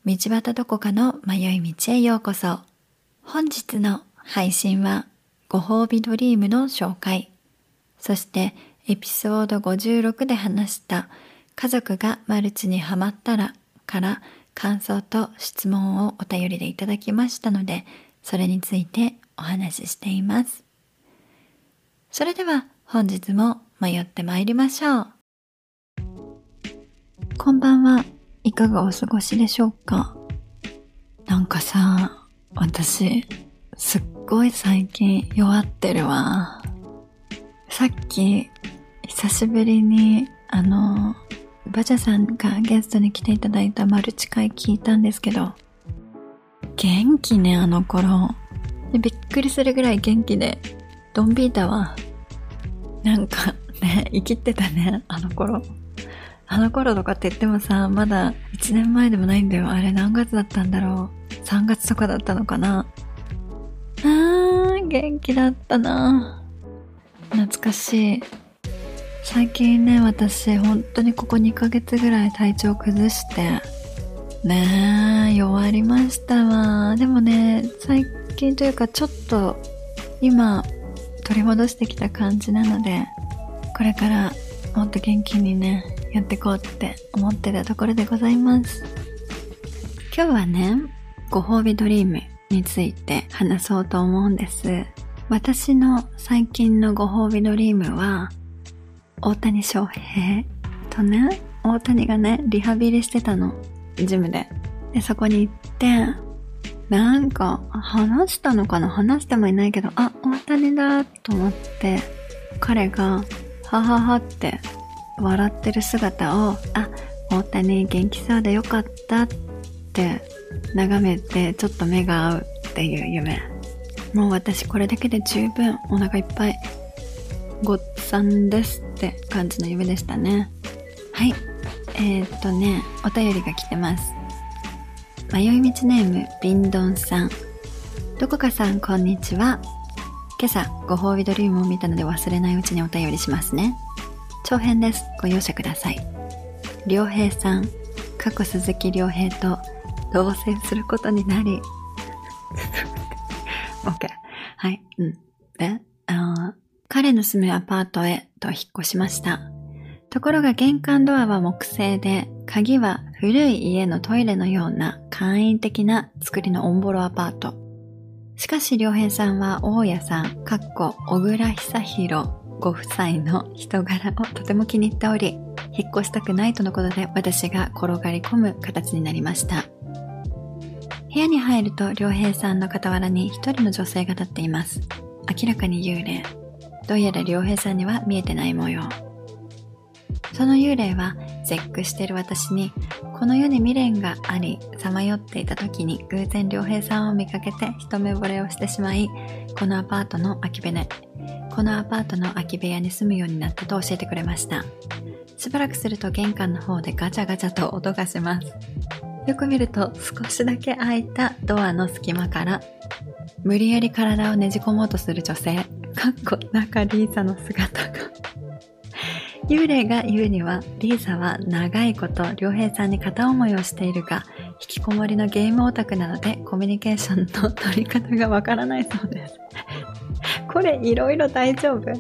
道端どこかの迷い道へようこそ。本日の配信はご褒美ドリームの紹介、そしてエピソード56で話した家族がマルチにハマったらから感想と質問をお便りでいただきましたので、それについてお話ししています。それでは本日も迷ってまいりましょう。こんばんは。いかがお過ごしでしょうか。なんかさ、私すっごい最近弱ってるわ。さっき久しぶりにバジャさんがゲストに来ていただいたマルチ会聞いたんですけど、元気ね、あの頃。びっくりするぐらい元気でドンビータはなんかね、生きってたね、あの頃とかって言ってもさ、まだ1年前でもないんだよ。あれ何月だったんだろう。3月とかだったのかな。元気だったな。懐かしい。最近ね、私本当にここ2ヶ月ぐらい体調崩してね、弱りましたわ。でもね、最近というかちょっと今取り戻してきた感じなので、これからもっと元気にねやっていこうって思ってたところでございます。今日はね、ご褒美ドリームについて話そうと思うんです。私の最近のご褒美ドリームは、大谷翔平とね、大谷がねリハビリしてたの、ジムで。でそこに行って、なんか話したのかな、話してもいないけど、大谷だと思って、彼がはははって笑ってる姿を、大谷元気そうでよかったって眺めて、ちょっと目が合うっていう夢。もう私これだけで十分お腹いっぱい、ごっさんですって感じの夢でしたね。はい、お便りが来てます。迷い道ネームビンドンさん。どこかさん、こんにちは。今朝ご褒美ドリームを見たので忘れないうちにお便りしますね。長編です。ご容赦ください。良平さん、鈴木良平と同棲することになりOK。 はい、で、彼の住むアパートへと引っ越しました。ところが玄関ドアは木製で、鍵は古い家のトイレのような簡易的な作りのオンボロアパート。しかし良平さんは大家さん小倉久弘ご夫妻の人柄をとても気に入っており、引っ越したくないとのことで私が転がり込む形になりました。部屋に入ると良平さんの傍らに一人の女性が立っています。明らかに幽霊。どうやら良平さんには見えてない模様。その幽霊は絶句している私に、この世に未練がありさまよっていた時に偶然良平さんを見かけて一目惚れをしてしまい、このアパートの空き部屋に住むようになったと教えてくれました。しばらくすると玄関の方でガチャガチャと音がします。よく見ると少しだけ開いたドアの隙間から無理やり体をねじ込もうとする女性中リーサの姿が幽霊が言うには、リーサは長いこと良平さんに片思いをしているが、引きこもりのゲームオタクなのでコミュニケーションの取り方がわからないそうです。これいろいろ大丈夫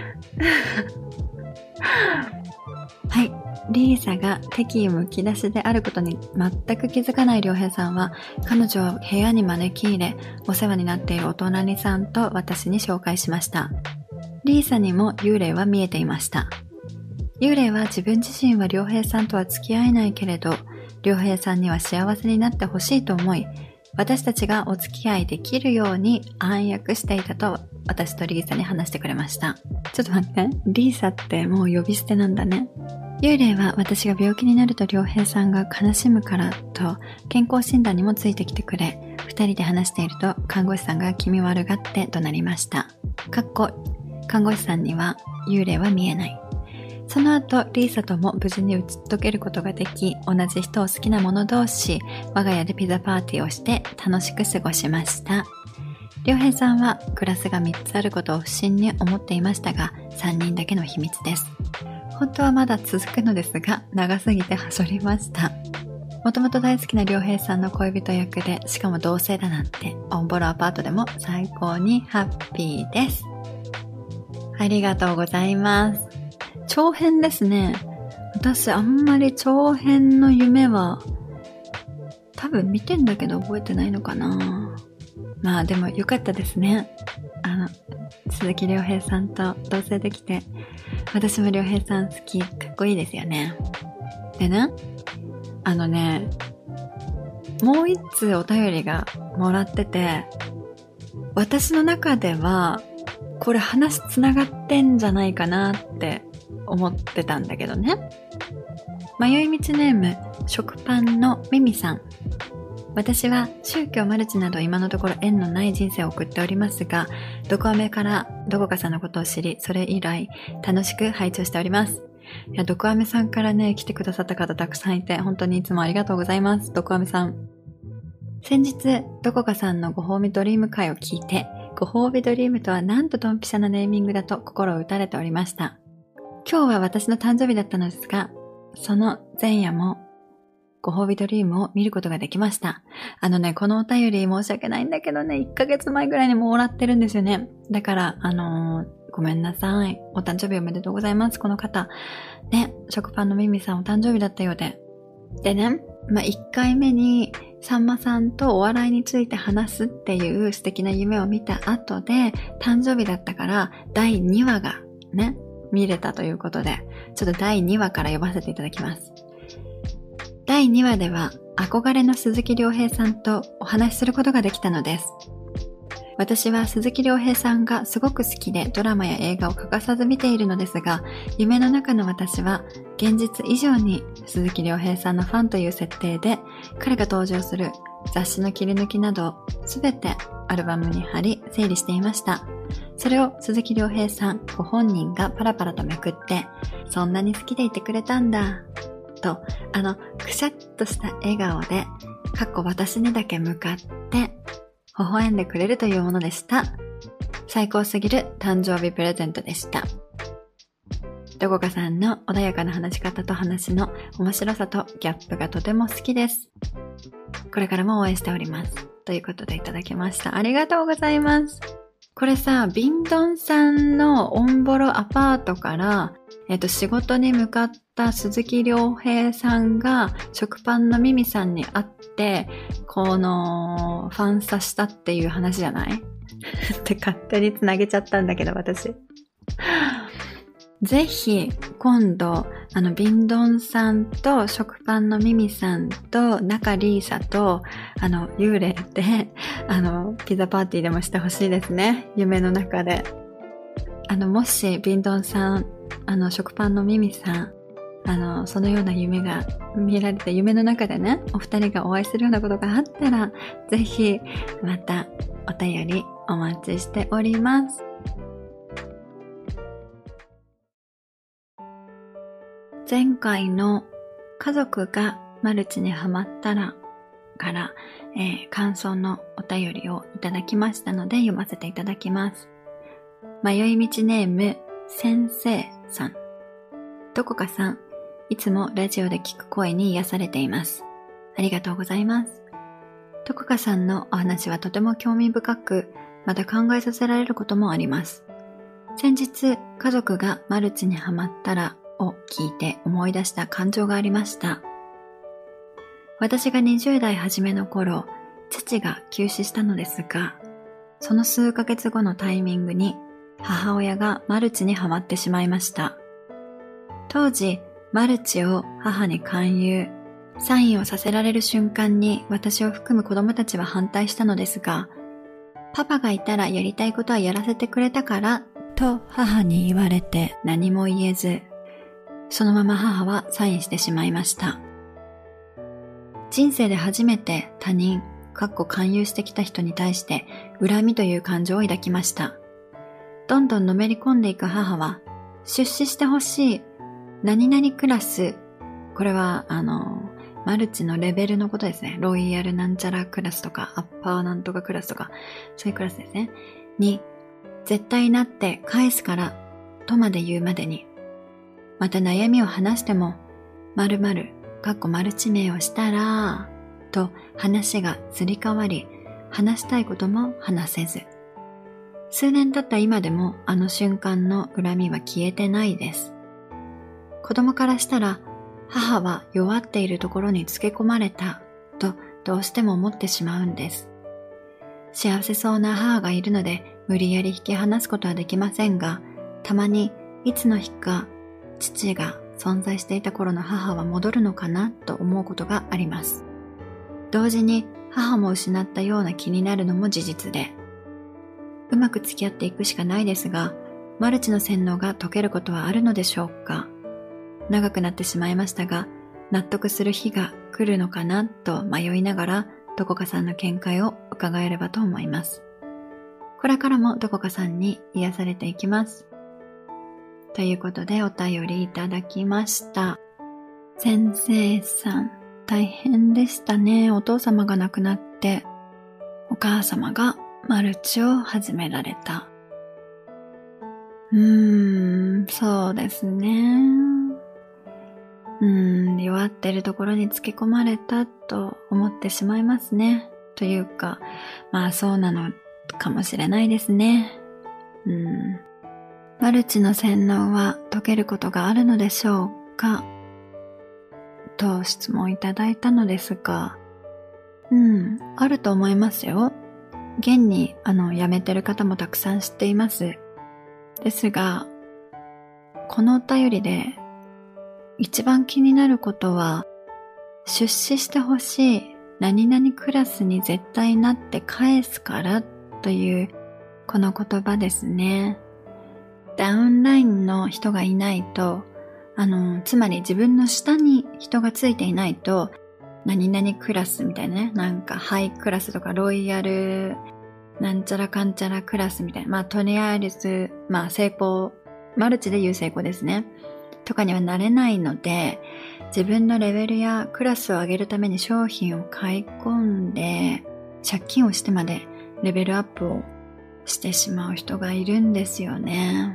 はい、リーサが敵意むき出しであることに全く気づかない良平さんは、彼女を部屋に招き入れ、お世話になっているお隣さんと私に紹介しました。リーサにも幽霊は見えていました。幽霊は自分自身は良平さんとは付き合えないけれど、良平さんには幸せになってほしいと思い、私たちがお付き合いできるように暗躍していたと私とリーサに話してくれました。ちょっと待って、リーサってもう呼び捨てなんだね。幽霊は私が病気になると良平さんが悲しむからと健康診断にもついてきてくれ、二人で話していると看護師さんが気味悪がって怒鳴りました。看護師さんには幽霊は見えない。その後、リーサとも無事に打ち解けることができ、同じ人を好きな者同士、我が家でピザパーティーをして楽しく過ごしました。良平さんはクラスが3つあることを不審に思っていましたが、3人だけの秘密です。本当はまだ続くのですが、長すぎてはしょりました。 もともと大好きな良平さんの恋人役で、しかも同性だなんて、オンボロアパートでも最高にハッピーです。ありがとうございます。長編ですね。私あんまり長編の夢は多分見てんだけど覚えてないのかな。まあでもよかったですね。鈴木亮平さんと同棲できて、私も亮平さん好き、かっこいいですよね。でね、もう一通お便りがもらってて、私の中ではこれ話つながってんじゃないかなって思ってたんだけどね。迷い道ネーム食パンのミミさん。私は宗教マルチなど今のところ縁のない人生を送っておりますが、どこアメからどこかさんのことを知り、それ以来楽しく拝聴しております。いや、どこアメさんからね、来てくださった方たくさんいて、本当にいつもありがとうございます。どこアメさん。先日、どこかさんのご褒美ドリーム会を聞いて、ご褒美ドリームとはなんとドンピシャなネーミングだと心を打たれておりました。今日は私の誕生日だったのですが、その前夜もご褒美ドリームを見ることができました。このお便り申し訳ないんだけどね、1ヶ月前ぐらいにもらってるんですよね。だから、ごめんなさい。お誕生日おめでとうございます、この方。ね、食パンのミミさんお誕生日だったようで。でね、1回目にさんまさんとお笑いについて話すっていう素敵な夢を見た後で、誕生日だったから第2話がね、見れたということで、ちょっと第2話から読ませていただきます。第2話では憧れの鈴木亮平さんとお話しすることができたのです。私は鈴木亮平さんがすごく好きでドラマや映画を欠かさず見ているのですが、夢の中の私は現実以上に鈴木亮平さんのファンという設定で、彼が登場する雑誌の切り抜きなどすべてアルバムに貼り整理していました。それを鈴木亮平さんご本人がパラパラとめくって、そんなに好きでいてくれたんだと、くしゃっとした笑顔で、私にだけ向かって微笑んでくれるというものでした。最高すぎる誕生日プレゼントでした。どこかさんの穏やかな話し方と話の面白さとギャップがとても好きです。これからも応援しております。ということでいただきました。ありがとうございます。これさ、ビンドンさんのオンボロアパートから、仕事に向かった鈴木亮平さんが食パンのミミさんに会って、ファンサしたっていう話じゃないって勝手に繋げちゃったんだけど、私。ぜひ、今度、ビンドンさんと食パンのミミさんと中リーサと、幽霊で、ピザパーティーでもしてほしいですね。夢の中で。もし、ビンドンさん、食パンのミミさん、そのような夢が見られて、夢の中でね、お二人がお会いするようなことがあったら、ぜひ、また、お便りお待ちしております。前回の家族がマルチにハマったらから、感想のお便りをいただきましたので読ませていただきます。迷い道ネーム先生さん。どこかさん、いつもラジオで聞く声に癒されています。ありがとうございます。どこかさんのお話はとても興味深く、また考えさせられることもあります。先日、家族がマルチにハマったらを聞いて思い出した感情がありました。私が20代初めの頃、父が急死したのですが、その数ヶ月後のタイミングに母親がマルチにハマってしまいました。当時、マルチを母に勧誘、サインをさせられる瞬間に私を含む子供たちは反対したのですが、パパがいたらやりたいことはやらせてくれたからと母に言われて何も言えず、そのまま母はサインしてしまいました。人生で初めて他人、勧誘してきた人に対して恨みという感情を抱きました。どんどんのめり込んでいく母は、出資してほしい何々クラス、これはマルチのレベルのことですね。ロイヤルなんちゃらクラスとか、アッパーなんとかクラスとか、そういうクラスですね。に、絶対なって返すから、とまで言うまでに。また悩みを話しても、〇〇 マルチ名をしたら、と話がすり替わり、話したいことも話せず。数年経った今でもあの瞬間の恨みは消えてないです。子供からしたら、母は弱っているところにつけ込まれた、とどうしても思ってしまうんです。幸せそうな母がいるので無理やり引き離すことはできませんが、たまにいつの日か父が存在していた頃の母は戻るのかなと思うことがあります。同時に母も失ったような気になるのも事実で、うまく付き合っていくしかないですが、マルチの洗脳が解けることはあるのでしょうか。長くなってしまいましたが、納得する日が来るのかなと迷いながら、どこかさんの見解を伺えればと思います。これからもどこかさんに癒されていきます。ということでお便りいただきました。先生さん、大変でしたね。お父様が亡くなって、お母様がマルチを始められた。そうですね。弱ってるところにつけ込まれたと思ってしまいますね。というか、そうなのかもしれないですね。マルチの洗脳は解けることがあるのでしょうかと質問いただいたのですが、あると思いますよ。現に辞めてる方もたくさん知っています。ですが、このお便りで一番気になることは、出資してほしい何々クラスに絶対なって返すからというこの言葉ですね。ダウンラインの人がいないと、つまり自分の下に人がついていないと、何々クラスみたいなね、なんかハイクラスとかロイヤルなんちゃらかんちゃらクラスみたいな、とりあえず、成功、マルチで言う成功ですね。とかにはなれないので、自分のレベルやクラスを上げるために商品を買い込んで、借金をしてまでレベルアップをしてしまう人がいるんですよね。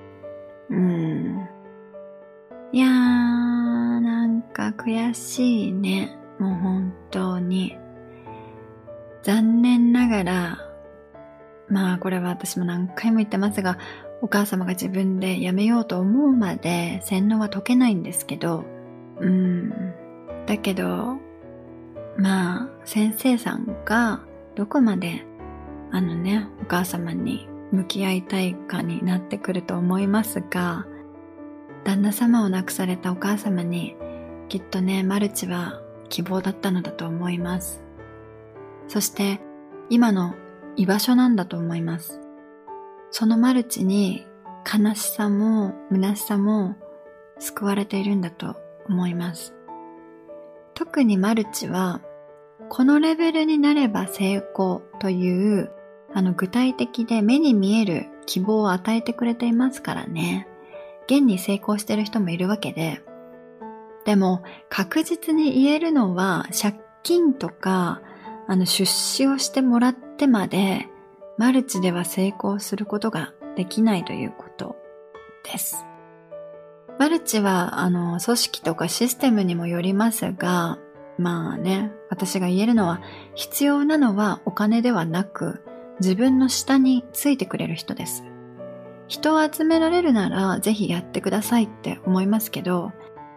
いやー、なんか悔しいね。もう本当に。残念ながら、これは私も何回も言ってますが、お母様が自分で辞めようと思うまで洗脳は解けないんですけど、だけど、先生さんがどこまでお母様に向き合いたいかになってくると思いますが、旦那様を亡くされたお母様にきっとね、マルチは希望だったのだと思います。そして今の居場所なんだと思います。そのマルチに悲しさも虚しさも救われているんだと思います。特にマルチはこのレベルになれば成功という具体的で目に見える希望を与えてくれていますからね。現に成功している人もいるわけで、でも確実に言えるのは借金とか出資をしてもらってまでマルチでは成功することができないということです。マルチは組織とかシステムにもよりますが、私が言えるのは必要なのはお金ではなく自分の下についてくれる人です。人を集められるならぜひやってくださいって思いますけど、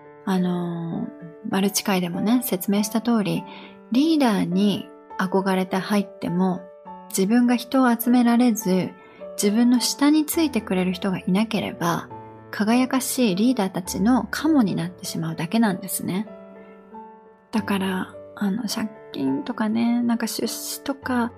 マルチ会でもね、説明した通り、リーダーに憧れて入っても、自分が人を集められず、自分の下についてくれる人がいなければ、輝かしいリーダーたちのカモになってしまうだけなんですね。だから、借金とかね、出資とか、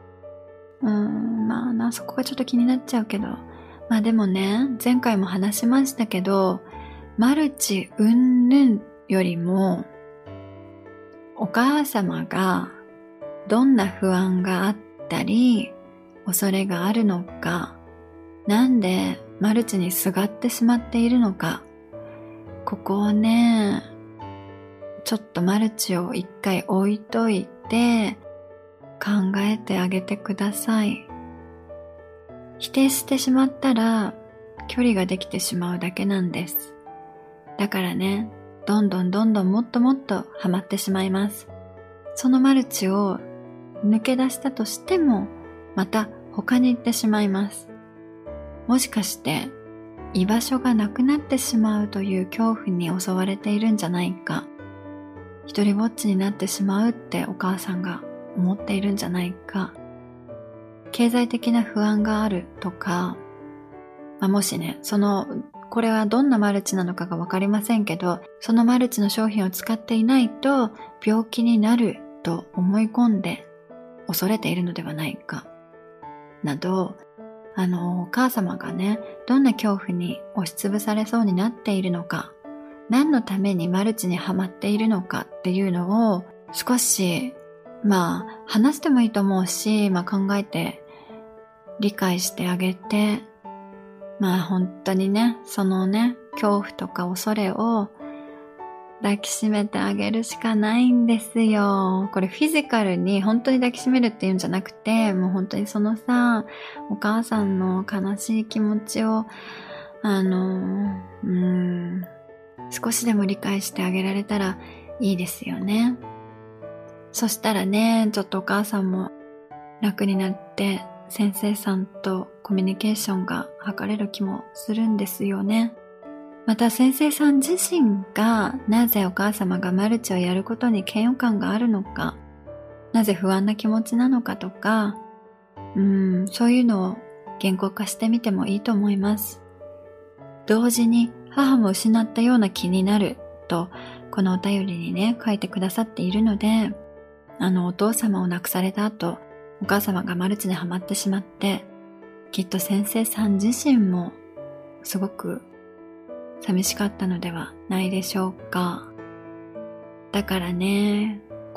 そこがちょっと気になっちゃうけど、でもね、前回も話しましたけど、マルチ云々よりも、お母様がどんな不安があったり、恐れがあるのか、なんでマルチにすがってしまっているのか、ここをね、ちょっとマルチを一回置いといて、考えてあげてください。否定してしまったら、距離ができてしまうだけなんです。だからね、 どんどんもっともっとハマってしまいます。そのマルチを抜け出したとしても、また他に行ってしまいます。もしかして居場所がなくなってしまうという恐怖に襲われているんじゃないか、一人ぼっちになってしまうってお母さんが思っているんじゃないか、経済的な不安があるとか、もしね、これはどんなマルチなのかがわかりませんけど、そのマルチの商品を使っていないと病気になると思い込んで恐れているのではないか、など、お母様がね、どんな恐怖に押しつぶされそうになっているのか、何のためにマルチにはまっているのかっていうのを少し、話してもいいと思うし、考えて理解してあげて、本当にね、そのね、恐怖とか恐れを抱きしめてあげるしかないんですよ。これフィジカルに本当に抱きしめるっていうんじゃなくて、もう本当にそのさ、お母さんの悲しい気持ちを、少しでも理解してあげられたらいいですよね。そしたらね、ちょっとお母さんも楽になって先生さんとコミュニケーションが図れる気もするんですよね。また先生さん自身がなぜお母様がマルチをやることに嫌悪感があるのか、なぜ不安な気持ちなのかとか、そういうのを言語化してみてもいいと思います。同時に母も失ったような気になるとこのお便りにね書いてくださっているので、お父様を亡くされた後、お母様がマルチにはまってしまって、きっと先生さん自身もすごく寂しかったのではないでしょうか。だからね、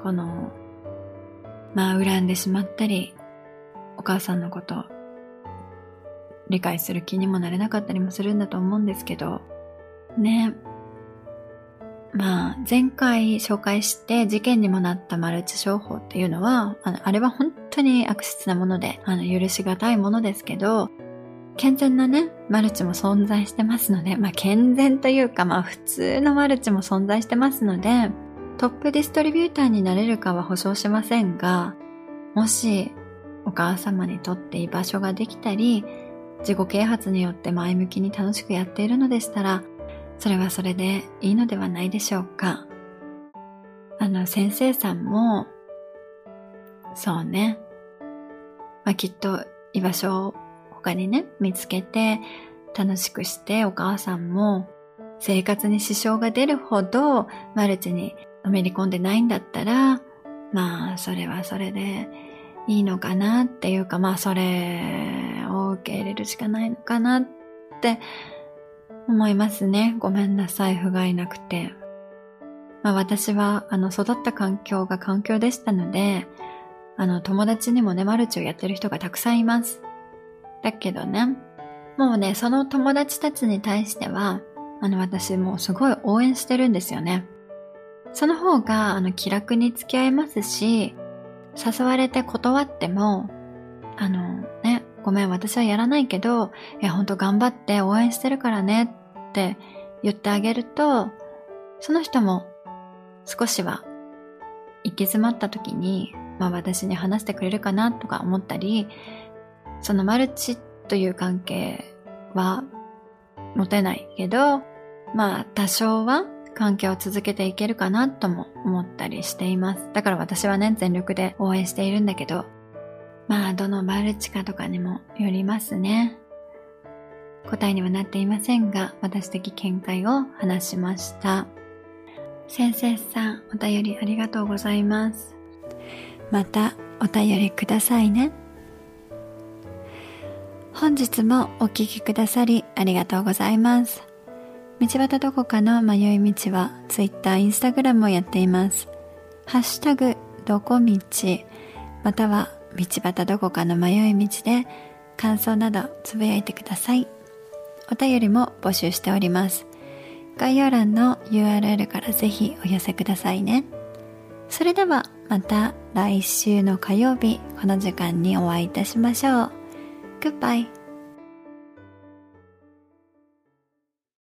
恨んでしまったり、お母さんのこと理解する気にもなれなかったりもするんだと思うんですけど、ね。前回紹介して事件にもなったマルチ商法っていうのは、あれは本当に悪質なもので、許しがたいものですけど、健全なね、マルチも存在してますので、健全というか、普通のマルチも存在してますので、トップディストリビューターになれるかは保証しませんが、もしお母様にとって居場所ができたり、自己啓発によって前向きに楽しくやっているのでしたら、それはそれでいいのではないでしょうか。先生さんも、そうね、きっと居場所を他にね、見つけて楽しくして、お母さんも生活に支障が出るほどマルチにのめり込んでないんだったら、それはそれでいいのかなっていうか、それを受け入れるしかないのかなって思いますね。ごめんなさい、不甲斐なくて。私は育った環境が環境でしたので、友達にもね、マルチをやってる人がたくさんいます。だけどね、もうね、その友達たちに対しては、私もうすごい応援してるんですよね。その方が気楽に付き合えますし、誘われて断っても、ごめん、私はやらないけど、ほんと頑張って応援してるからねって言ってあげると、その人も少しは行き詰まった時に、私に話してくれるかなとか思ったり、そのマルチという関係は持てないけど、多少は関係を続けていけるかなとも思ったりしています。だから私はね、全力で応援しているんだけど、どのマルチかとかにもよりますね。答えにはなっていませんが、私的見解を話しました。先生さん、お便りありがとうございます。またお便りくださいね。本日もお聞きくださりありがとうございます。道端どこかの迷い道は Twitter、Instagram をやっています。ハッシュタグどこ道または道端どこかの迷い道で感想などつぶやいてください。お便りも募集しております。概要欄の URL からぜひお寄せくださいね。それではまた来週の火曜日この時間にお会いいたしましょう。Goodbye.